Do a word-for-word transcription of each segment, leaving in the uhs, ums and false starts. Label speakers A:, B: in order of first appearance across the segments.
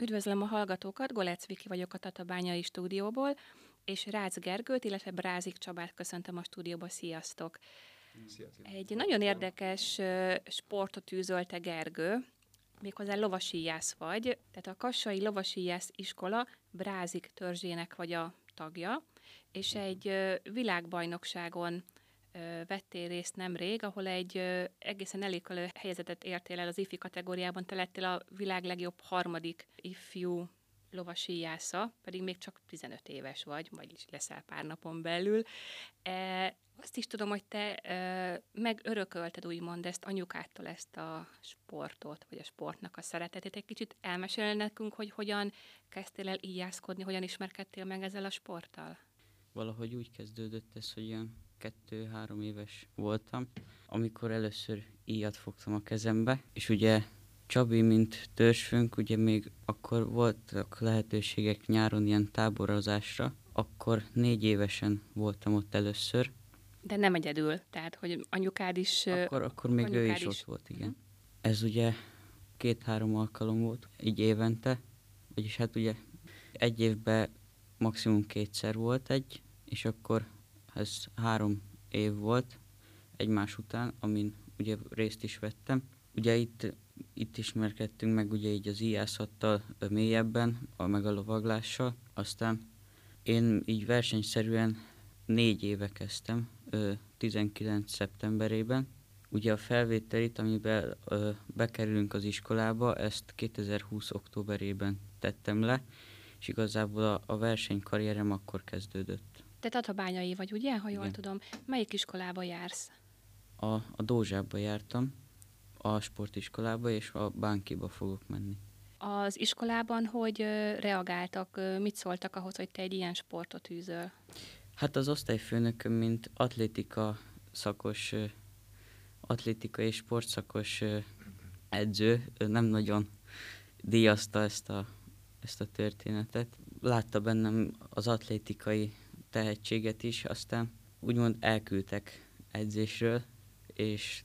A: Üdvözlöm a hallgatókat, Golec Viki vagyok a Tatabányai stúdióból, és Rácz Gergőt, illetve Brázik Csabát köszöntöm a stúdióba. Sziasztok!
B: Szia, szia.
A: Egy nagyon érdekes ö, sportot űzölte Gergő, méghozzá lovasíjász vagy, tehát a Kassai Lovasíjász Iskola Brázik törzsének vagy a tagja, és egy ö, világbajnokságon ö, vettél részt nemrég, ahol egy ö, egészen eléggő helyezetet értél el az ifi kategóriában, te lettél a világ legjobb harmadik ifjú lovasíjásza, pedig még csak tizenöt éves vagy, vagyis leszel pár napon belül. E, azt is tudom, hogy te e, megörökölted úgymond ezt anyukádtól, ezt a sportot, vagy a sportnak a szeretetét. Egy kicsit elmesélj nekünk, hogy hogyan kezdtél el íjászkodni, hogyan ismerkedtél meg ezzel a sporttal?
C: Valahogy úgy kezdődött ez, hogy ilyen kettő-három éves voltam, amikor először íjat fogtam a kezembe, és ugye Csabi, mint törzsfőnk, ugye még akkor voltak lehetőségek nyáron ilyen táborozásra, akkor négy évesen voltam ott először.
A: De nem egyedül, tehát hogy anyukád is...
C: Akkor, akkor még ő is,
A: is
C: ott volt, igen. Uh-huh. Ez ugye két-három alkalom volt, így évente, vagyis hát ugye egy évben maximum kétszer volt egy, és akkor ez három év volt egymás után, amin ugye részt is vettem. Ugye itt, itt ismerkedtünk meg ugye így az íjászattal mélyebben, a, meg a lovaglással. Aztán én így versenyszerűen négy éve kezdtem, ö, tizenkilenc szeptemberében. Ugye a felvételit, amiben ö, bekerülünk az iskolába, ezt kétezer-húsz októberében tettem le, és igazából a, a versenykarrierem akkor kezdődött.
A: Te tatabányai vagy, ugye, ha jól
C: Igen.
A: tudom. Melyik iskolába jársz?
C: A, a Dózsába jártam, a sportiskolába, és a Bánkiba fogok menni.
A: Az iskolában hogy ö, reagáltak, ö, mit szóltak ahhoz, hogy te egy ilyen sportot űzöl?
C: Hát az osztályfőnököm, mint atlétika szakos, ö, atlétika és sportszakos ö, edző, ö, nem nagyon díjazta ezt a, ezt a történetet. Látta bennem az atlétikai tehetséget is, aztán úgymond elküldtek edzésről, és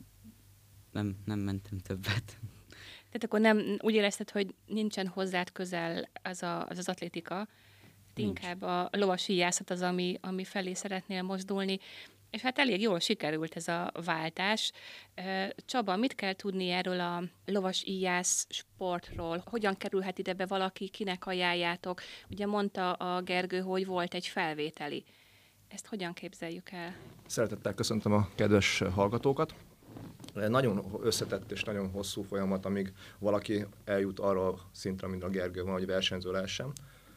C: nem, nem mentem többet.
A: Tehát akkor nem úgy érezted, hogy nincsen hozzád közel az a, az, az atlétika, inkább a lovasíjászat az, ami, ami felé szeretnél mozdulni, és hát elég jól sikerült ez a váltás. Csaba, mit kell tudni erről a lovasíjász sportról? Hogyan kerülhet ide be valaki, kinek ajánljátok? Ugye mondta a Gergő, hogy volt egy felvételi. Ezt hogyan képzeljük el?
B: Szeretettel köszöntöm a kedves hallgatókat. Nagyon összetett és nagyon hosszú folyamat, amíg valaki eljut arra a szintre, mint a Gergő van, hogy versenyző lehessen.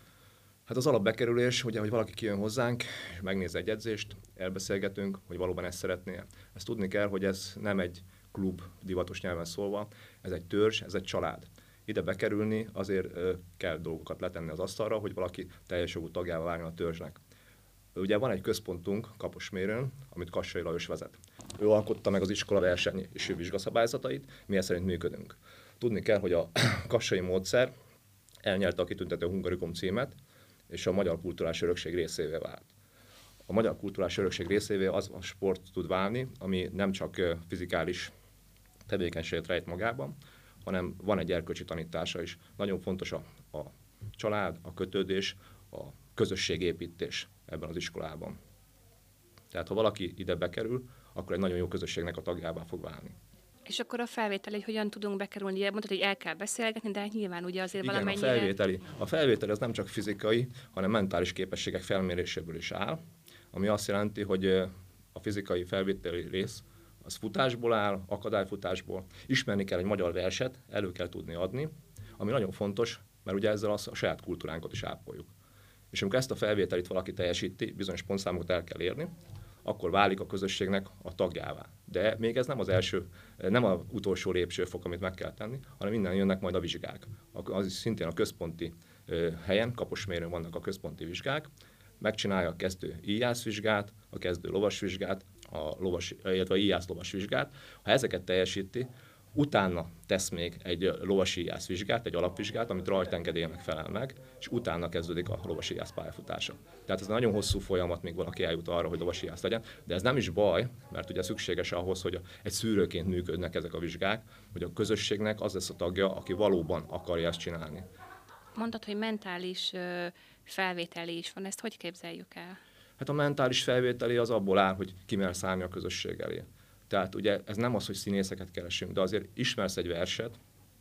B: Hát az alapbekerülés, ugye, hogy valaki kijön hozzánk, és megnéz egy edzést, elbeszélgetünk, hogy valóban ezt szeretné. Ezt tudni kell, hogy ez nem egy klub, divatos nyelven szólva, ez egy törzs, ez egy család. Ide bekerülni azért ö, kell dolgokat letenni az asztalra, hogy valaki teljes jogú tagjává váljon a törzsnek. Ugye van egy központunk Kaposmérőn, amit Kassai Lajos vezet. Ő alkotta meg az iskola verseny és vizsgaszabályzatait, mi ezt szerint működünk. Tudni kell, hogy a kassai módszer elnyerte a kitüntető Hungarikum címet, és a magyar kulturális örökség részévé vált. A magyar kulturális örökség részévé az a sport tud válni, ami nem csak fizikális tevékenységet rejt magában, hanem van egy erkölcsi tanítása is. Nagyon fontos a, a család, a kötődés, a közösségépítés ebben az iskolában. Tehát ha valaki ide bekerül, akkor egy nagyon jó közösségnek a tagjává fog válni.
A: És akkor a felvétel, hogy hogyan tudunk bekerülni, mondtad, hogy el kell beszélgetni, de nyilván ugye azért
B: Igen,
A: valamennyire...
B: a felvételi. A felvételi az nem csak fizikai, hanem mentális képességek felméréséből is áll, ami azt jelenti, hogy a fizikai felvételi rész az futásból áll, akadályfutásból. Ismerni kell egy magyar verset, elő kell tudni adni, ami nagyon fontos, mert ugye ezzel a saját kultúránkat is ápoljuk. És amikor ezt a felvételit valaki teljesíti, bizonyos pontszámokat el kell érni, akkor válik a közösségnek a tagjává. De még ez nem az első, nem az utolsó lépcsőfok, amit meg kell tenni, hanem innen jönnek majd a vizsgák. Az is szintén a központi helyen, Kaposmérőn vannak a központi vizsgák, megcsinálja a kezdő íjászvizsgát, a kezdő lovasvizsgát, a lovas, illetve a íjász lovasvizsgát. Ha ezeket teljesíti, utána tesz még egy lovasíjász vizsgát, egy alapvizsgát, amit rajtengedélynek felel meg, és utána kezdődik a lovasíjász pályafutása. Tehát ez nagyon hosszú folyamat, míg valaki eljut arra, hogy lovasíjász legyen, de ez nem is baj, mert ugye szükséges ahhoz, hogy egy szűrőként működnek ezek a vizsgák, hogy a közösségnek az lesz a tagja, aki valóban akarja ezt csinálni.
A: Mondtad, hogy mentális ö, felvételi is van, ezt hogy képzeljük el?
B: Hát a mentális felvételi az abból áll, hogy kimersz állni a közösség elé. Tehát ugye ez nem az, hogy színészeket keresünk, de azért ismersz egy verset,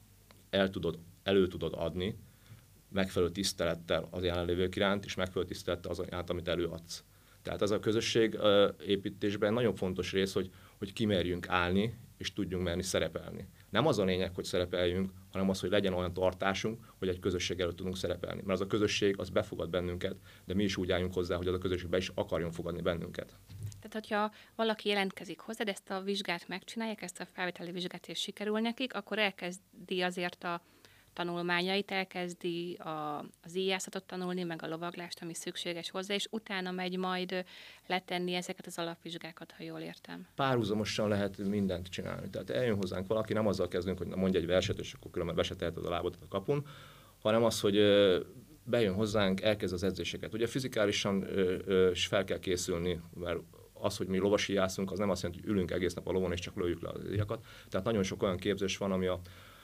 B: el tudod, elő tudod adni, megfelelő tisztelettel az jelenlévők iránt, és megfelelő tisztelettel az iránt, amit előadsz. Tehát ez a közösség építésben nagyon fontos rész, hogy, hogy kimerjünk állni, és tudjunk menni szerepelni. Nem az a lényeg, hogy szerepeljünk, hanem az, hogy legyen olyan tartásunk, hogy egy közösség előtt tudunk szerepelni. Mert az a közösség, az befogad bennünket, de mi is úgy álljunk hozzá, hogy az a közösség be is akarjon fogadni bennünket.
A: Tehát, hogyha valaki jelentkezik hozzád, ezt a vizsgát megcsinálják, ezt a felvételi vizsgát, és sikerül nekik, akkor elkezdi azért a tanulmányait, elkezdi a, az íjászatot tanulni, meg a lovaglást, ami szükséges hozzá, és utána megy majd letenni ezeket az alapvizsgákat, ha jól értem.
B: Párhuzamosan lehet mindent csinálni. Tehát eljön hozzánk valaki, nem azzal kezdünk, hogy mondj egy verset, és akkor különben be se teheted a lábadat a kapun, hanem az, hogy bejön hozzánk, elkezd az edzéseket. Ugye fizikálisan is fel kell készülni, mert az, hogy mi lovasíjászunk, az nem azt jelenti, hogy ülünk egész nap a lovon, és csak lőjük le az íjakat. Tehát nagyon sok olyan képzés van, ami a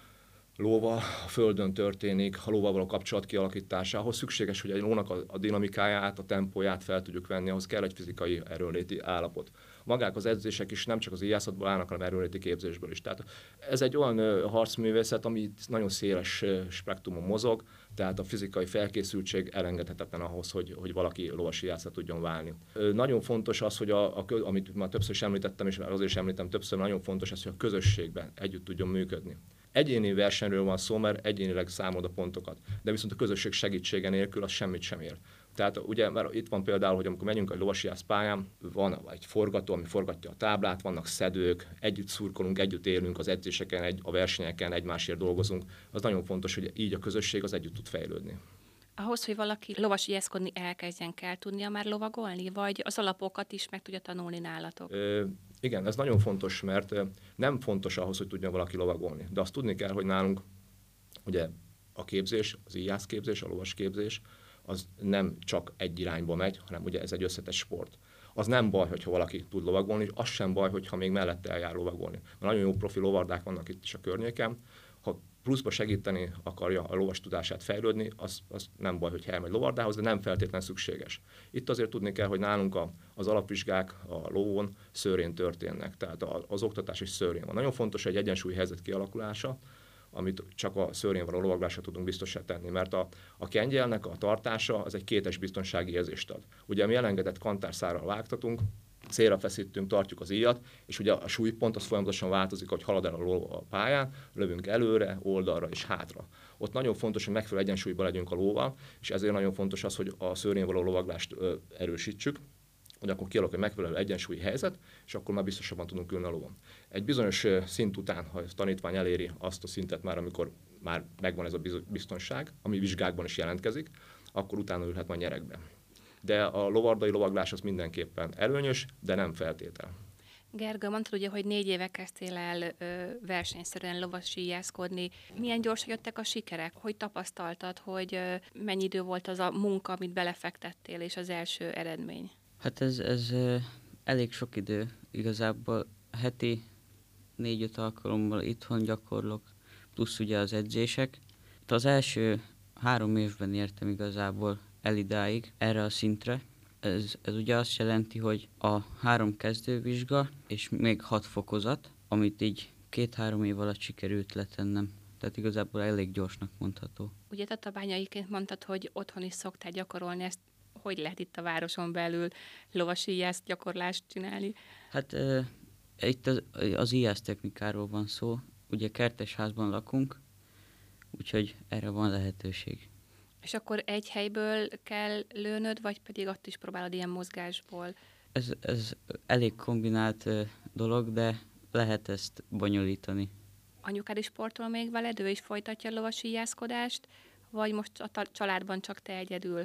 B: lóval a földön történik, a lóval való kapcsolat kialakításához szükséges, hogy egy lónak a, a dinamikáját, a tempóját fel tudjuk venni, ahhoz kell egy fizikai erőnléti állapot. Magák az edzések is nem csak az íjászatból állnak, hanem erőnléti képzésből is. Tehát ez egy olyan ö, harcművészet, ami nagyon széles ö, spektrumon mozog, tehát a fizikai felkészültség elengedhetetlen ahhoz, hogy, hogy valaki lovasíjászat tudjon válni. Ö, nagyon fontos az, hogy a, a, amit már többször is említettem, és azért is említem többször, nagyon fontos az, hogy a közösségben együtt tudjon működni. Egyéni versenyről van szó, mert egyénileg számolod a pontokat, de viszont a közösség segítsége nélkül az semmit sem ér. Tehát ugye, mert itt van például, hogy amikor megyünk egy lovasíjász pályán, van egy forgató, ami forgatja a táblát, vannak szedők, együtt szurkolunk, együtt élünk az edzéseken, egy, a versenyeken, egymásért dolgozunk. Az nagyon fontos, hogy így a közösség az együtt tud fejlődni.
A: Ahhoz, hogy valaki lovasíjászkodni elkezdjen, kell tudnia már lovagolni, vagy az alapokat is meg tudja tanulni nálatok?
B: Ö, igen, ez nagyon fontos, mert nem fontos ahhoz, hogy tudjon valaki lovagolni. De azt tudni kell, hogy nálunk ugye a képzés, az íjászképzés, a lovasképzés, az nem csak egy irányba megy, hanem ugye ez egy összetett sport. Az nem baj, hogyha valaki tud lovagolni, és az sem baj, hogyha még mellette eljár lovagolni. Mert nagyon jó profi lovardák vannak itt is a környéken. Ha pluszba segíteni akarja a lovas tudását fejlődni, az, az nem baj, hogy elmegy lovardához, de nem feltétlenül szükséges. Itt azért tudni kell, hogy nálunk a, az alapvizsgák a lóvon szőrén történnek, tehát az oktatás is szőrén van. Nagyon fontos egy egyensúlyi helyzet kialakulása, amit csak a szőrén való lovaglásra tudunk biztossá tenni, mert a, a kengyelnek a tartása az egy kétes biztonsági érzést ad. Ugye mi elengedett kantárszárral vágtatunk, célra feszítünk, tartjuk az íjat, és ugye a súlypont az folyamatosan változik, hogy halad el a ló a pályán, lövünk előre, oldalra és hátra. Ott nagyon fontos, hogy megfelelő egyensúlyban legyünk a lóval, és ezért nagyon fontos az, hogy a szőrén való lovaglást ö, erősítsük, hogy akkor kialakul egy megfelelő egyensúlyi helyzet, és akkor már biztosabban tudunk ülni a lovon. Egy bizonyos szint után, ha a tanítvány eléri azt a szintet már, amikor már megvan ez a biztonság, ami vizsgákban is jelentkezik, akkor utána ülhet majd nyeregbe. De a lovardai lovaglás az mindenképpen előnyös, de nem feltétel.
A: Gergő, mondtad ugye, hogy négy éve kezdtél el ö, versenyszerűen lovasíjászkodni. Milyen gyorsan jöttek a sikerek? Hogy tapasztaltad, hogy ö, mennyi idő volt az a munka, amit belefektettél, és az első eredmény?
C: Hát ez, ez elég sok idő. Igazából heti négy-öt alkalommal itthon gyakorlok, plusz ugye az edzések. Itt az első három évben értem igazából el idáig, erre a szintre. Ez, ez ugye azt jelenti, hogy a három kezdővizsga és még hat fokozat, amit így két-három év alatt sikerült letennem. Tehát igazából elég gyorsnak mondható.
A: Ugye tatabányaiként mondtad, hogy otthon is szoktál gyakorolni, ezt hogy lehet itt a városon belül lovasíjász gyakorlást csinálni?
C: Hát uh, itt az, az íjász technikáról van szó. Ugye kertesházban lakunk, úgyhogy erre van lehetőség.
A: És akkor egy helyből kell lőnöd, vagy pedig ott is próbálod ilyen mozgásból?
C: Ez, ez elég kombinált uh, dolog, de lehet ezt bonyolítani.
A: Anyukád is sportol még veled, ő is folytatja a lovasíjászkodást, vagy most a ta- családban csak te egyedül?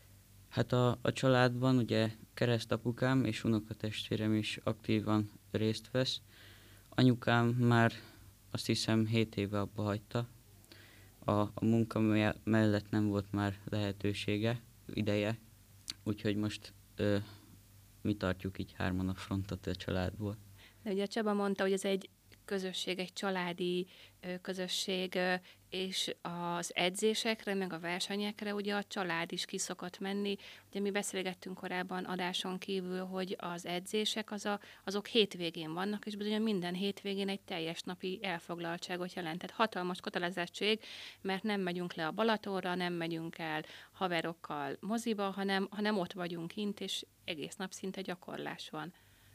C: Hát a, a családban ugye keresztapukám és unokatestvérem is aktívan részt vesz. Anyukám már azt hiszem hét éve abba hagyta. A, a munka mellett nem volt már lehetősége, ideje, úgyhogy most ö, mi tartjuk így hárman a frontot a családból.
A: De ugye Csaba mondta, hogy ez egy közösség, egy családi közösség, és az edzésekre, meg a versenyekre ugye a család is ki szokott menni. Ugye mi beszélgettünk korábban adáson kívül, hogy az edzések az a, azok hétvégén vannak, és bizony minden hétvégén egy teljes napi elfoglaltságot jelent. Tehát hatalmas kötelezettség, mert nem megyünk le a Balatonra, nem megyünk el haverokkal moziba, hanem, hanem ott vagyunk kint, és egész nap szinte gyakorlás van.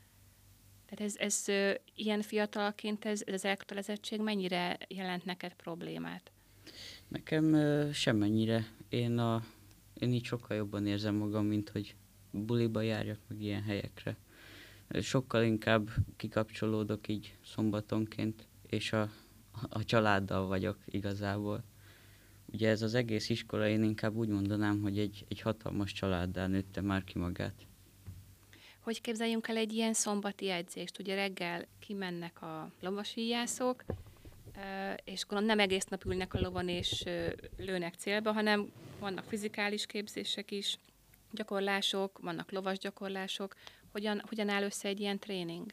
A: Tehát ez, ez ö, ilyen fiatalként ez, ez az elkötelezettség mennyire jelent neked problémát?
C: Nekem ö, semmennyire. Én, a, én így sokkal jobban érzem magam, mint hogy buliba járjak meg ilyen helyekre. Sokkal inkább kikapcsolódok így szombatonként, és a, a családdal vagyok igazából. Ugye ez az egész iskola, én inkább úgy mondanám, hogy egy, egy hatalmas családdá nőtte már ki magát.
A: Hogy képzeljünk el egy ilyen szombati edzést? Ugye reggel kimennek a lovasíjászok, és akkor nem egész nap ülnek a lovon és lőnek célba, hanem vannak fizikális képzések is, gyakorlások, vannak lovas gyakorlások. Hogyan, hogyan áll össze egy ilyen tréning?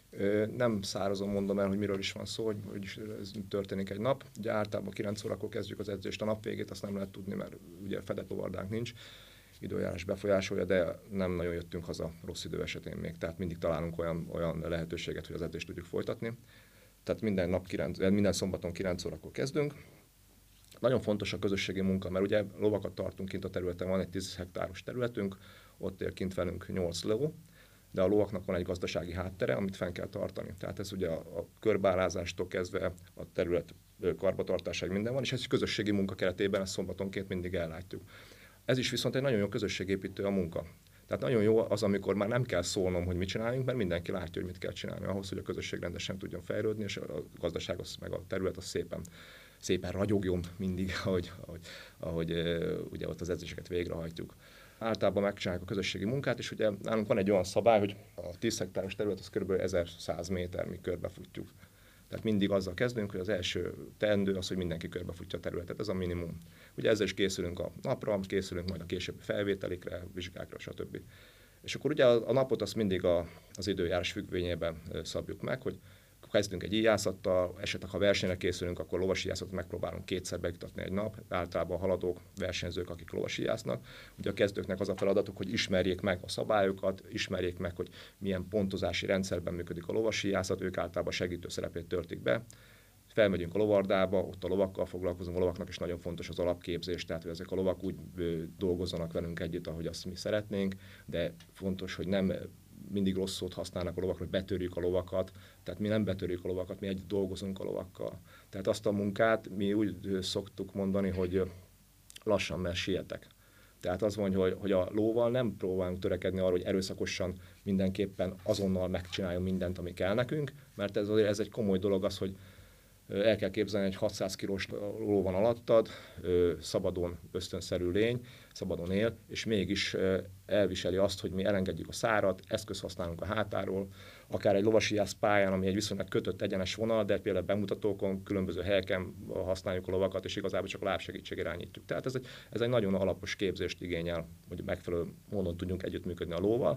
B: Nem szárazon mondom el, hogy miről is van szó, hogy, hogy ez történik egy nap. Ugye általában kilenc órakor kezdjük az edzést, a nap végét azt nem lehet tudni, mert ugye fedett lovardánk nincs, időjárás befolyásolja, de nem nagyon jöttünk haza rossz idő esetén még, tehát mindig találunk olyan, olyan lehetőséget, hogy az edzést tudjuk folytatni. Tehát minden nap, kilenc, minden szombaton kilenc órakor kezdünk. Nagyon fontos a közösségi munka, mert ugye lovakat tartunk kint a területen, van egy tíz hektáros területünk, ott él kint velünk nyolc ló, de a lovaknak van egy gazdasági háttere, amit fenn kell tartani. Tehát ez ugye a, a körbálázástól kezdve a terület karbantartásáig minden van, és ez egy közösségi munka keretében ezt szombatonként mindig ellátjuk. Ez is viszont egy nagyon jó közösségépítő a munka. Tehát nagyon jó az, amikor már nem kell szólnom, hogy mit csináljunk, mert mindenki látja, hogy mit kell csinálni ahhoz, hogy a közösség rendesen tudjon fejlődni, és a gazdaság az, meg a terület az szépen, szépen ragyogjon mindig, ahogy, ahogy, ahogy ugye ott az edzéseket végrehajtjuk. Általában megcsináljuk a közösségi munkát, és ugye nálunk van egy olyan szabály, hogy a tíz hektáros terület az kb. ezerszáz méter, mi körbefutjuk. Tehát mindig azzal kezdünk, hogy az első teendő az, hogy mindenki körbefutja a területet, ez a minimum. Ugye ezzel is készülünk a napra, készülünk majd a későbbi felvételikre, vizsgákra, stb. És akkor ugye a, a napot azt mindig a, az időjárás függvényében szabjuk meg, hogy kezdünk egy íjászattal, esetleg ha versenyre készülünk, akkor lovasíjászatot megpróbálunk kétszer bejutatni egy nap. Általában haladók, versenyzők, akik lovasíjásznak. Ugye a kezdőknek az a feladatuk, hogy ismerjék meg a szabályokat, ismerjék meg, hogy milyen pontozási rendszerben működik a lovasíjászat, ők általában segítő szerepét töltik be. Felmegyünk a lovardába, ott a lovakkal foglalkozunk, a lovaknak is nagyon fontos az alapképzés, tehát hogy ezek a lovak úgy dolgozzanak velünk együtt, ahogy azt mi szeretnénk, de fontos, hogy nem mindig rossz szót használnak a lovakra, hogy betörjük a lovakat, tehát mi nem betörjük a lovakat, mi együtt dolgozunk a lovakkal. Tehát azt a munkát mi úgy szoktuk mondani, hogy lassan, mert sietek. Tehát az van, hogy, hogy a lóval nem próbálunk törekedni arra, hogy erőszakosan mindenképpen azonnal megcsináljon mindent, ami kell nekünk, mert ez, ez egy komoly dolog az, hogy el kell képzelni, hogy hatszáz kilós ló van alattad, szabadon ösztönszerű lény, szabadon él, és mégis elviseli azt, hogy mi elengedjük a szárat, eszköz használunk a hátáról, akár egy lovasíjász pályán, ami egy viszonylag kötött egyenes vonal, de például bemutatókon, különböző helyeken használjuk a lovakat, és igazából csak a lábsegítség irányítjuk. Tehát ez egy, ez egy nagyon alapos képzést igényel, hogy megfelelő módon tudjunk együttműködni a lóval.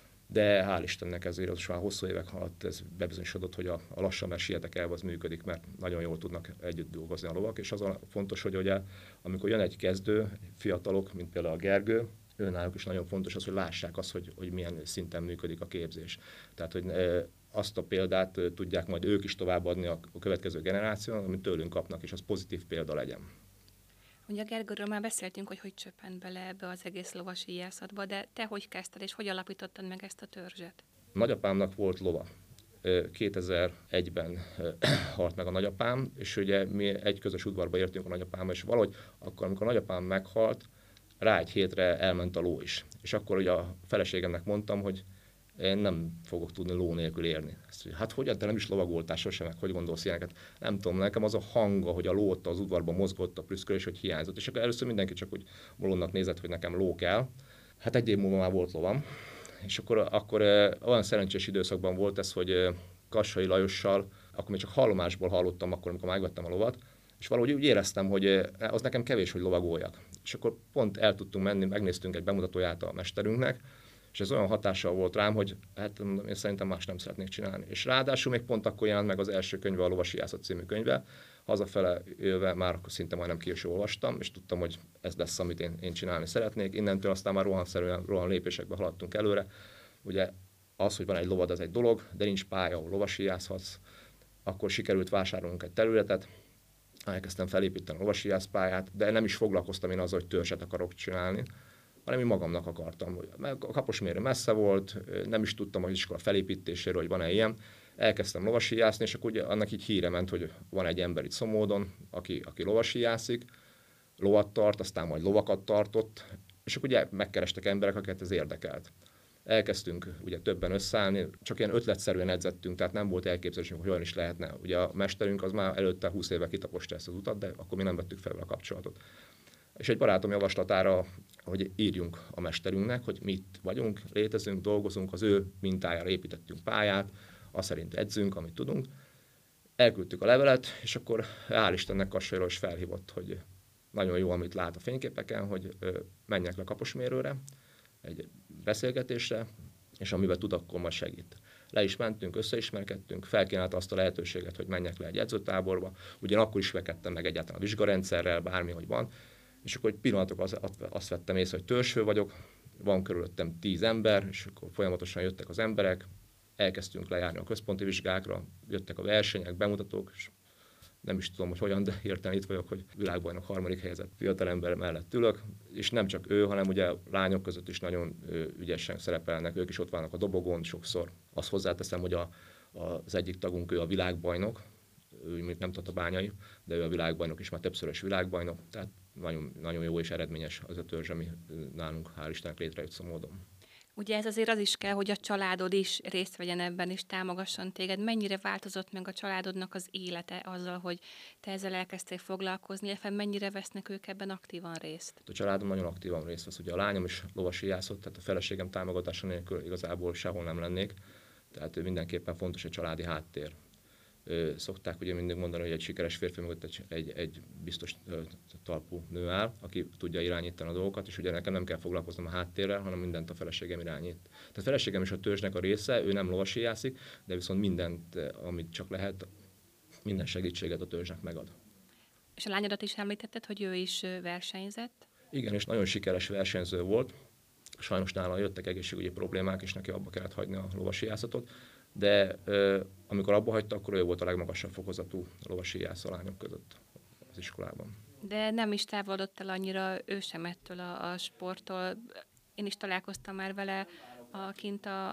B: De hál' Istennek ezért az már hosszú évek alatt ez bebizonyosodott, hogy a, a lassan, mert sietek elv az működik, mert nagyon jól tudnak együtt dolgozni a lovak, és az a fontos, hogy ugye, amikor jön egy kezdő, fiatalok, mint például a Gergő, őnáluk is nagyon fontos az, hogy lássák azt, hogy, hogy milyen szinten működik a képzés. Tehát, hogy e, azt a példát e, tudják majd ők is továbbadni a, a következő generációnak, amit tőlünk kapnak, és az pozitív példa legyen.
A: Ugye a Gergőről már beszéltünk, hogy hogy csöppent bele ebbe az egész lovasíjászatba, de te hogy kezdted, és hogy alapítottad meg ezt a törzset?
B: Nagyapámnak volt lova. kétezer-egyben halt meg a nagyapám, és ugye mi egy közös udvarba értünk a nagyapámmal, és valahogy akkor, amikor a nagyapám meghalt, rá egy hétre elment a ló is. És akkor ugye a feleségemnek mondtam, hogy én nem fogok tudni ló nélkül élni. Ezt, hogy, hát hogyan, te nem is lovagoltál sosem, meg hogy gondolsz ilyeneket? Nem tudom, nekem az a hanga, hogy a ló ott az udvarban mozgott, a prüszkölés, hogy hiányzott. És akkor először mindenki csak úgy bolondnak nézett, hogy nekem ló kell. Hát egy év múlva már volt lovam. És akkor, akkor olyan szerencsés időszakban volt ez, hogy Kassai Lajossal, akkor még csak hallomásból hallottam, akkor, amikor megvettem a lovat, és valahogy úgy éreztem, hogy az nekem kevés, hogy lovagoljak. És akkor pont el tudtunk menni, megnéztünk egy bemutatóját a mesterünknek, És ez olyan hatással volt rám, hogy hát én szerintem más nem szeretnék csinálni. És ráadásul még pont akkor jelent meg az első könyve, a Lovasíjászat című könyve. Hazafele jöve már akkor szinte majdnem ki is olvastam, és tudtam, hogy ez lesz, amit én, én csinálni szeretnék. Innentől aztán már rohanszerűen, rohan lépésekbe haladtunk előre. Ugye az, hogy van egy lovad, az egy dolog, de nincs pálya, ahol lovasíjázhatsz. Akkor sikerült vásárolnunk egy területet, elkezdtem felépíteni a lovasíjászpályát, de nem is foglalkoztam én azzal, hogy törzset akarok csinálni, hanem én magamnak akartam. A Kaposmérő messze volt, nem is tudtam az iskola felépítéséről, hogy van-e ilyen. Elkezdtem lovasíjászni, és akkor ugye annak így híre ment, hogy van egy ember itt Szomódon, aki, aki lovasíjászik, lovat tart, aztán majd lovakat tartott, és akkor ugye megkerestek emberek, akiket ez érdekelt. Elkezdtünk ugye többen összeállni, csak ilyen ötletszerűen edzettünk, tehát nem volt elképzelésünk, hogy olyan is lehetne. Ugye a mesterünk az már előtte húsz éve kitaposta ezt az utat, de akkor mi nem vettük fel a kapcsolatot. És egy barátom javaslatára, hogy írjunk a mesterünknek, hogy mit vagyunk, létezünk, dolgozunk, az ő mintájára építettünk pályát, azt szerint edzünk, amit tudunk. Elküldtük a levelet, és akkor hál' Istennek Kassairól is felhívott, hogy nagyon jó, amit lát a fényképeken, hogy menjek le Kaposmérőre egy beszélgetésre, és amiben tud, akkor majd segít. Le is mentünk, összeismerkedtünk, felkínálta azt a lehetőséget, hogy menjek le egy edzőtáborba. Ugyanakkor is vekedtem meg egyáltalán a vizsgarendszerrel, bármi, hogy van. És akkor egy pillanatok az, azt vettem észre, hogy törzsfő vagyok, van körülöttem tíz ember, és akkor folyamatosan jöttek az emberek, elkezdtünk lejárni a központi vizsgákra, jöttek a versenyek, bemutatók, és nem is tudom, hogy hogyan, de hirtelen itt vagyok, hogy világbajnok harmadik helyezett fiatalember mellett ülök, és nem csak ő, hanem ugye lányok között is nagyon ügyesen szerepelnek, ők is ott vannak a dobogón sokszor. Azt hozzáteszem, hogy a, az egyik tagunk, ő a világbajnok, ő még nem tatabányai, de ő a világbajnok is, már többszörös világbajnok, tehát nagyon, nagyon jó és eredményes az a törzs, ami nálunk hál' Istennek létrejött Szomódon.
A: Ugye ez azért az is kell, hogy a családod is részt vegyen ebben, és támogasson téged. Mennyire változott meg a családodnak az élete azzal, hogy te ezzel elkezdtél foglalkozni, illetve mennyire vesznek ők ebben aktívan részt?
B: A családom nagyon aktívan részt vesz. Ugye a lányom is lovasíjászott, tehát a feleségem támogatása nélkül igazából sehol nem lennék. Tehát mindenképpen fontos egy családi háttér. Szokták ugye mindig mondani, hogy egy sikeres férfi mögött egy, egy, egy biztos talpú nő áll, aki tudja irányítani a dolgokat, és ugye nekem nem kell foglalkoznom a háttérrel, hanem mindent a feleségem irányít. Tehát a feleségem is a törzsnek a része, ő nem lovasíjászik, de viszont mindent, amit csak lehet, minden segítséget a törzsnek megad.
A: És a lányodat is említetted, hogy ő is versenyzett?
B: Igen, és nagyon sikeres versenyző volt. Sajnos nála jöttek egészségügyi problémák, és neki abba kellett hagyni a lovasíjászatot. De ö, amikor abba hagyta, akkor ő volt a legmagasabb fokozatú lovasíjász a lányok között az iskolában.
A: De nem is távolodott el annyira ő sem ettől a, a sporttól. Én is találkoztam már vele a, kint a,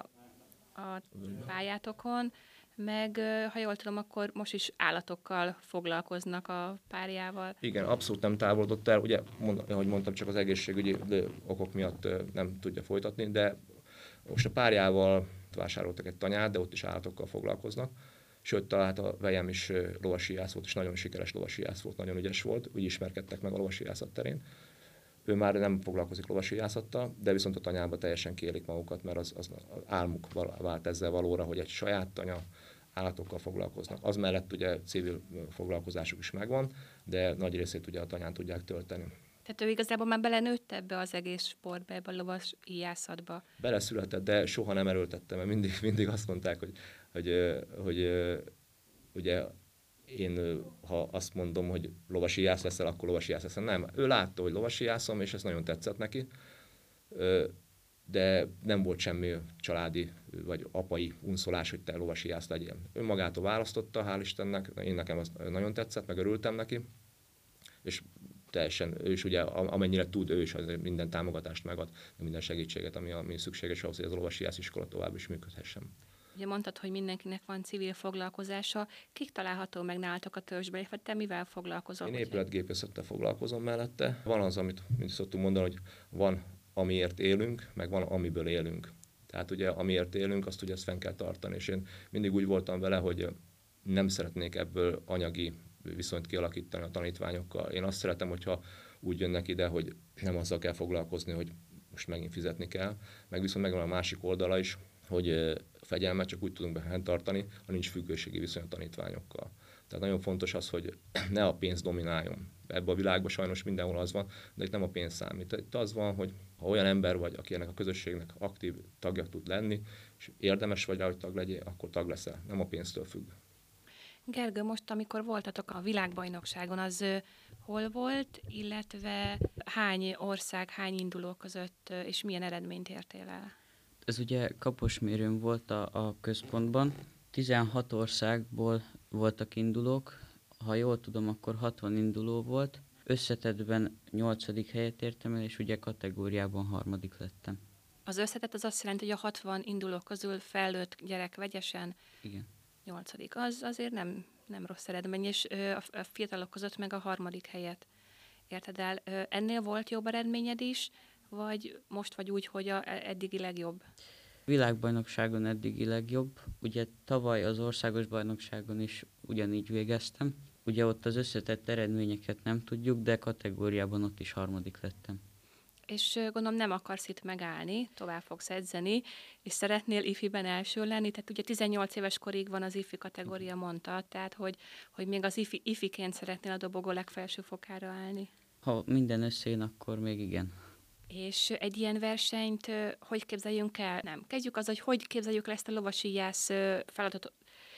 A: a pályátokon, meg ha jól tudom, akkor most is állatokkal foglalkoznak a párjával.
B: Igen, abszolút nem távolodott el. Ugye, mond, ahogy mondtam, csak az egészségügyi okok miatt nem tudja folytatni, de most a párjával vásároltak egy tanyát, de ott is állatokkal foglalkoznak. Sőt, talált a vejem is lovasíjász volt, és nagyon sikeres lovasíjász volt, nagyon ügyes volt, úgy ismerkedtek meg a lovasíjászat terén. Ő már nem foglalkozik lovasíjászattal, de viszont a tanyába teljesen kiélik magukat, mert az, az álmuk vált ezzel valóra, hogy egy saját tanya, állatokkal foglalkoznak. Az mellett ugye civil foglalkozásuk is megvan, de nagy részét ugye a tanyán tudják tölteni.
A: Tehát ő igazából már belenőtt ebbe az egész sportba, ebbe a lovasíjászatba.
B: Beleszületett, de soha nem erőltette, mert mindig, mindig azt mondták, hogy, hogy, hogy ugye én, ha azt mondom, hogy lovasíjász leszel, akkor lovasíjász leszel. Nem, ő látta, hogy lovasíjászom, és ez nagyon tetszett neki, de nem volt semmi családi vagy apai unszolás, hogy te lovasíjász legyél. Ő magától választotta, hál' Istennek, én nekem az nagyon tetszett, meg örültem neki, és teljesen, ő is ugye amennyire tud, ő is minden támogatást megad, minden segítséget, ami, ami szükséges ahhoz, hogy az a lovasíjász iskola tovább is működhessen.
A: Ugye mondtad, hogy mindenkinek van civil foglalkozása. Kik található meg nálatok a törzsben, vagy te mivel foglalkozol?
B: Én épületgépészettel foglalkozom mellette. Van az, amit mindig szoktunk mondani, hogy van amiért élünk, meg van amiből élünk. Tehát ugye amiért élünk, azt ugye ezt fenn kell tartani, és én mindig úgy voltam vele, hogy nem szeretnék ebből anyagi viszonyt kialakítani a tanítványokkal. Én azt szeretem, hogyha úgy jönnek ide, hogy nem azzal kell foglalkozni, hogy most megint fizetni kell, meg viszont megvan a másik oldala is, hogy fegyelmet csak úgy tudunk bent tartani, ha nincs függőségi viszony a tanítványokkal. Tehát nagyon fontos az, hogy ne a pénz domináljon. ebben a világban sajnos mindenhol az van, de itt nem a pénz számít. Itt az van, hogy ha olyan ember vagy, aki ennek a közösségnek aktív tagja tud lenni, és érdemes vagy rá, hogy tag legyél, akkor tag leszel. Nem a pénztől függ.
A: Gergő, most amikor voltatok a világbajnokságon, az ö, hol volt, illetve hány ország, hány induló között, ö, és milyen eredményt értél el?
C: Ez ugye kaposmérőn volt a, a központban. tizenhat országból voltak indulók, ha jól tudom, akkor hatvan induló volt. Összetettben nyolcadik helyet értem el, és ugye kategóriában harmadik lettem.
A: Az összetett az azt jelenti, hogy a hatvan induló közül felnőtt gyerek vegyesen
C: Igen.
A: nyolcadik. Az azért nem, nem rossz eredmény, és ö, a, a fiatalok között meg a harmadik helyet érted el. Ö, ennél volt jobb eredményed is, vagy most vagy úgy, hogy a eddigi legjobb?
C: Világbajnokságon eddigi legjobb. Ugye tavaly az országos bajnokságon is ugyanígy végeztem. Ugye ott az összetett eredményeket nem tudjuk, de kategóriában ott is harmadik lettem.
A: És ö, gondolom nem akarsz itt megállni, tovább fogsz edzeni, és szeretnél ifiben első lenni, tehát ugye tizennyolc éves korig van az ifi kategória, mondtad, tehát hogy, hogy még az ifi, ifiként szeretnél a dobogó legfelső fokára állni.
C: Ha minden összejön, akkor még igen.
A: És egy ilyen versenyt ö, hogy képzeljünk el? Nem. Kezdjük az, hogy hogy képzeljük le ezt a lovasíjász ö, feladatot.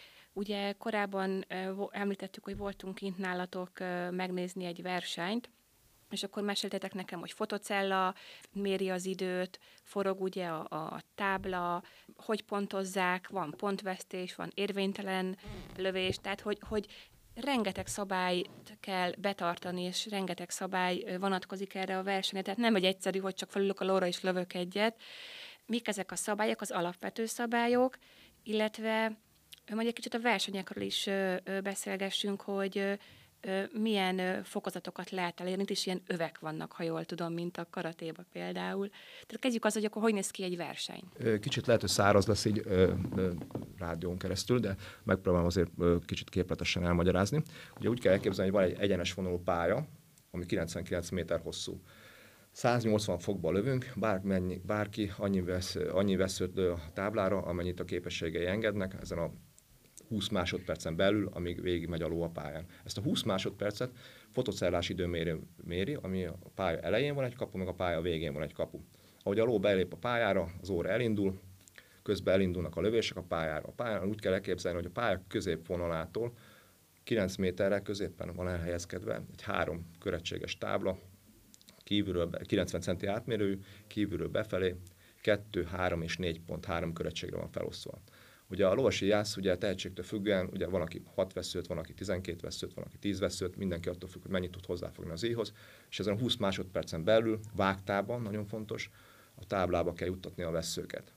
A: Ugye korábban ö, vo- említettük, hogy voltunk kint nálatok ö, megnézni egy versenyt, és akkor meséltetek nekem, hogy fotocella méri az időt, forog ugye a, a tábla, hogy pontozzák, van pontvesztés, van érvénytelen lövés, tehát hogy, hogy rengeteg szabályt kell betartani, és rengeteg szabály ö, vonatkozik erre a versenyre. Tehát nem egy egyszerű, hogy csak felülök a lóra és lövök egyet. Mik ezek a szabályok, az alapvető szabályok, illetve ö, majd egy kicsit a versenyekről is ö, ö, beszélgessünk, hogy ö, ö, milyen ö, fokozatokat lehet elérni. Itt is ilyen övek vannak, ha jól tudom, mint a karatéba például. Tehát kezdjük az, hogy akkor hogy néz ki egy verseny.
B: Ö, Kicsit lehet, hogy száraz lesz így ö, ö, rádión keresztül, de megpróbálom azért ö, kicsit képletesen elmagyarázni. Ugye úgy kell elképzelni, hogy van egy egyenes vonalú pálya, ami kilencvenkilenc méter hosszú. száznyolcvan fokba lövünk, bármennyi, bárki annyi, vesz, annyi veszőt lő a táblára, amennyit a képességei engednek, ezen a húsz másodpercen belül, amíg végigmegy a ló a pályán. Ezt a húsz másodpercet fotocellás időmérő méri, ami a pálya elején van egy kapu, meg a pálya végén van egy kapu. Ahogy a ló belép a pályára, az óra elindul, közben elindulnak a lövések a pályára. A pályán úgy kell elképzelni, hogy a pálya középvonalától kilenc méterre középen van elhelyezkedve egy három követséges tábla, kívülről kilencven centi átmérőjű, kívülről befelé, kettő, három és négy pont három követségre van felosztva. Ugye a lovasi jász, ugye a tehetségtől függően, ugye van, aki hat veszőt, van, aki tizenkét veszőt, van, aki tíz veszőt, mindenki attól függ, hogy mennyit tud hozzáfogni az íjhoz, és ezen a húsz másodpercen belül, vágtában, nagyon fontos, a táblába kell juttatni a veszőket.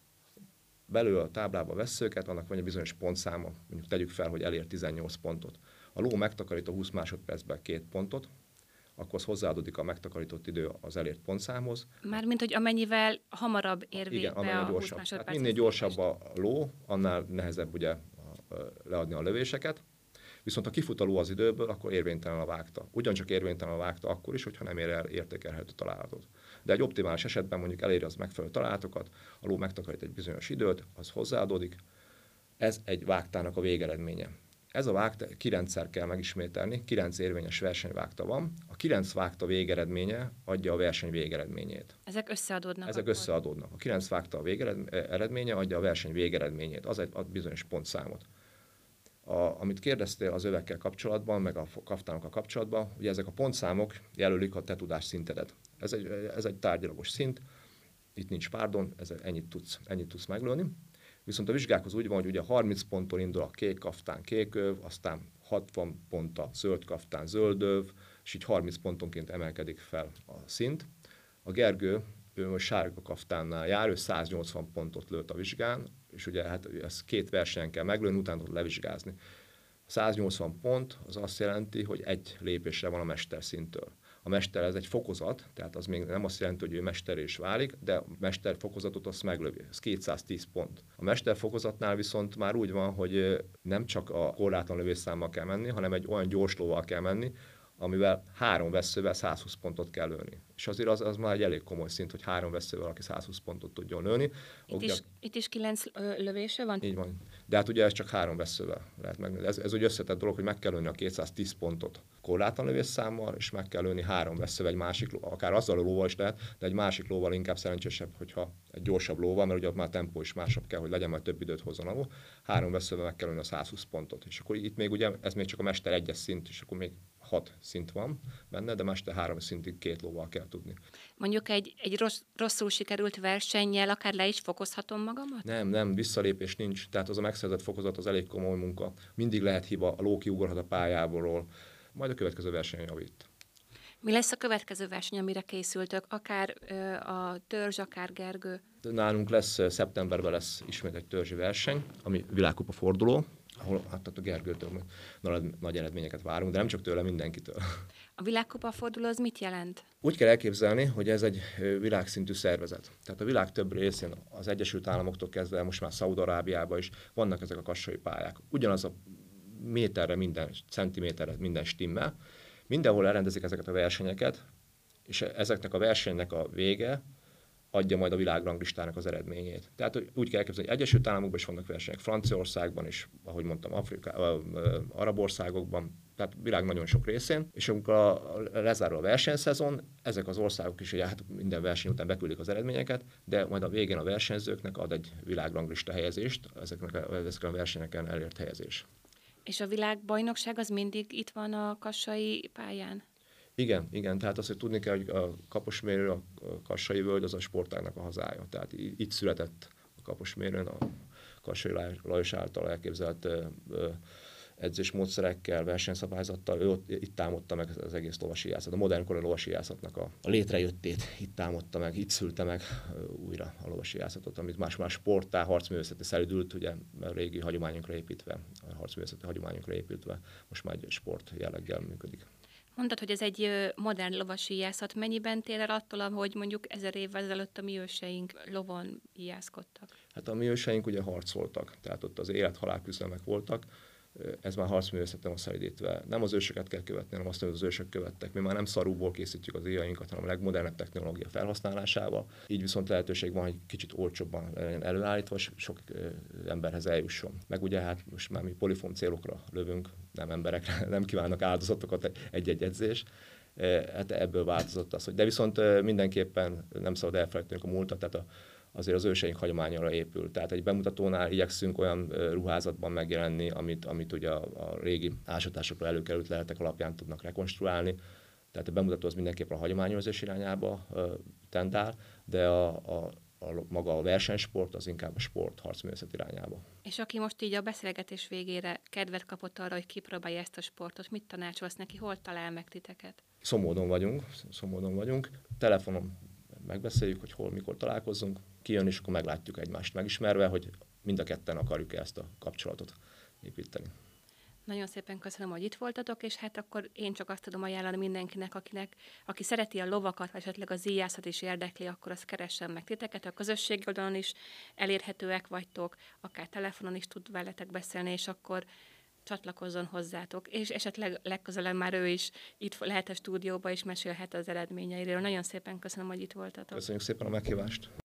B: Belül a táblába a veszőket, annak van egy bizonyos pontszáma, mondjuk tegyük fel, hogy elér tizennyolc pontot. A ló megtakarít a húsz másodpercben két pontot, akkor az hozzáadódik a megtakarított idő az elért pontszámhoz.
A: Mármint, hogy amennyivel hamarabb ér végbe
B: Igen, amennyivel
A: a húsz
B: gyorsabb.
A: másodperc.
B: Hát minél gyorsabb a ló, annál nehezebb ugye leadni a lövéseket. Viszont ha kifut a ló az időből, akkor érvénytelen a vágta. Ugyancsak érvénytelen a vágta akkor is, hogyha nem ér el értékelhető találatot. De egy optimális esetben mondjuk eléri az megfelelő találatokat, a ló megtakarít egy bizonyos időt, az hozzáadódik. Ez egy vágtának a végeredménye. Ez a vágta kilencszer kell megismételni, kilenc érvényes versenyvágta van. A kilenc vágta végeredménye adja a verseny végeredményét.
A: Ezek összeadódnak.
B: Ezek
A: akkor.
B: összeadódnak. A kilenc vágta a végeredménye adja a verseny végeredményét, az egy ad bizonyos pontszámot. A, amit kérdeztél az övekkel kapcsolatban, meg a kaftánokkal kapcsolatban, ugye ezek a pontszámok jelölik a te tudásszintedet. Ez egy, ez egy tárgyalagos szint, itt nincs párdon, ez ennyit tudsz, ennyit tudsz meglőni. Viszont a vizsgákhoz úgy van, hogy ugye harminc ponttól indul a kék kaftán kék öv, aztán hatvan pont a zöld kaftán zöld öv, és így harminc pontonként emelkedik fel a szint. A Gergő, ő most sárga kaftánnál jár, ő száznyolcvan pontot lőtt a vizsgán, és ugye hát ezt két versenyen kell meglőni, utána tud levizsgázni. A száznyolcvan pont az azt jelenti, hogy egy lépésre van a mesterszinttől. A mester ez egy fokozat, tehát az még nem azt jelenti, hogy ő mester is válik, de a mester fokozatot azt meglövi. Ez kétszáztíz pont. A mester fokozatnál viszont már úgy van, hogy nem csak a korlátlan lövésszámmal kell menni, hanem egy olyan gyors lóval kell menni, amivel három veszővel száz húsz pontot kell lőni. És azért az, az már egy elég komoly szint, hogy három veszővel, aki száz húsz pontot tudjon lőni.
A: Itt is, itt is kilenc lövése van?
B: Így van. De hát ugye ez csak három veszővel lehet megnézni. Ez, ez úgy összetett dolog, hogy meg kell lőni a kétszáztíz pontot korlátlan lövésszámmal, és meg kell lőni három veszővel egy másik ló, akár azzal a lóval is lehet, de egy másik lóval inkább szerencsésebb, hogyha egy gyorsabb lóval, mert ugye ott már a tempó is másabb kell, hogy legyen, majd több időt hozzon a ló. Három veszővel meg kell lőni a száz húsz pontot. És akkor itt még ugye, ez még csak a mester egyes szint, és akkor még hat szint van benne, de mester három szintig két lóval kell tudni.
A: Mondjuk egy, egy rossz, rosszul sikerült versennyel akár le is fokozhatom magamat?
B: Nem, nem, visszalépés nincs. Tehát az a megszerzett fokozat az elég komoly munka. Mindig lehet hiba, a ló kiugorhat a pályából, majd a következő versenyen javít.
A: Mi lesz a következő verseny, amire készültök? Akár ö, a törzs, akár Gergő?
B: Nálunk lesz, szeptemberben lesz ismét egy törzsi verseny, ami világkupa forduló, ahol hát a Gergőtől nagy eredményeket várunk, de nem csak tőle, mindenkitől.
A: A világkupa forduló az mit jelent?
B: Úgy kell elképzelni, hogy ez egy világszintű szervezet. Tehát a világ több részén, az Egyesült Államoktól kezdve, most már Szaúd-Arábiában is vannak ezek a kassai pályák. Ugyanaz a méterre, minden centiméterre, minden stimmel. Mindenhol elrendezik ezeket a versenyeket, és ezeknek a versenynek a vége adja majd a világranglistának az eredményét. Tehát úgy kell elképzelni, hogy Egyesült Államokban is vannak versenyek, Franciaországban is, ahogy mondtam, Afrika, arab országokban, tehát világ nagyon sok részén, és amikor a, a, lezárul a versenyszezon, ezek az országok is ugye, hát minden verseny után beküldik az eredményeket, de majd a végén a versenyzőknek ad egy világranglista helyezést, ezeknek a, ezeknek a versenyeken elért helyezés.
A: És a világbajnokság az mindig itt van a kassai pályán?
B: Igen, igen, tehát azt, hogy tudni kell, hogy a Kaposmérő, a Kassai völgy az a sportágnak a hazája. Tehát itt született a Kaposmérőn a Kassai Lajos által elképzelt edzésmódszerekkel, versenyszabályzattal, ő ott, itt támadta meg az egész lovasíjászat. A modern kori lovasíjászatnak a, a létrejöttét itt támadta meg, itt szülte meg újra a lovasíjászatot, amit más-más sporttá, harcművészeti szelidült, ugye a régi hagyományokra építve, a harcművészeti hagyományokra építve, most már egy sport jelleggel működik.
A: Mondtad, hogy ez egy modern lovasíjászat. Mennyiben tér el attól, hogy mondjuk ezer évvel ezelőtt a mi őseink lovon íjászkodtak?
B: Hát a mi őseink ugye harcoltak, tehát ott az élet-halál küzdelmek voltak. Ez már harcművészeten van szelidítve. Nem az ősöket kell követni, hanem azt, hogy az ősök követtek. Mi már nem szarúból készítjük az íjainkat, hanem a legmodernebb technológia felhasználásával. Így viszont lehetőség van, hogy kicsit olcsóbban legyen előállítva, és sok emberhez eljusson. Meg ugye hát most már mi polifon célokra lövünk, nem emberekre, nem kívánnak áldozatokat egy-egy edzés. Hát ebből változott az, hogy de viszont mindenképpen nem szabad elfelejtenünk a múltat, tehát a azért az őseink hagyományára épül. Tehát egy bemutatónál igyekszünk olyan ruházatban megjelenni, amit, amit ugye a, a régi ásatásokra előkerült leletek alapján tudnak rekonstruálni. Tehát a bemutató az mindenképpen a hagyományőrzés irányába tendál, de a, a, a maga a versenysport az inkább a sport, harcművészet irányába.
A: És aki most így a beszélgetés végére kedvet kapott arra, hogy kipróbálja ezt a sportot, mit tanácsolsz neki, hol talál meg titeket?
B: Szomódon vagyunk, Szomódon vagyunk. Telefonon megbeszéljük, hogy hol, mikor találkozzunk, kijön, és akkor meglátjuk egymást megismerve, hogy mind a ketten akarjuk ezt a kapcsolatot építeni.
A: Nagyon szépen köszönöm, hogy itt voltatok, és hát akkor én csak azt tudom ajánlani mindenkinek, akinek, aki szereti a lovakat, vagy esetleg az íjászat is érdekli, akkor azt keressen meg titeket. A közösségi oldalon is elérhetőek vagytok, akár telefonon is tud veletek beszélni, és akkor csatlakozzon hozzátok, és esetleg legközelebb már ő is itt lehet a stúdióba, és mesélhet az eredményeiről. Nagyon szépen köszönöm, hogy itt voltatok.
B: Köszönjük szépen a meghívást!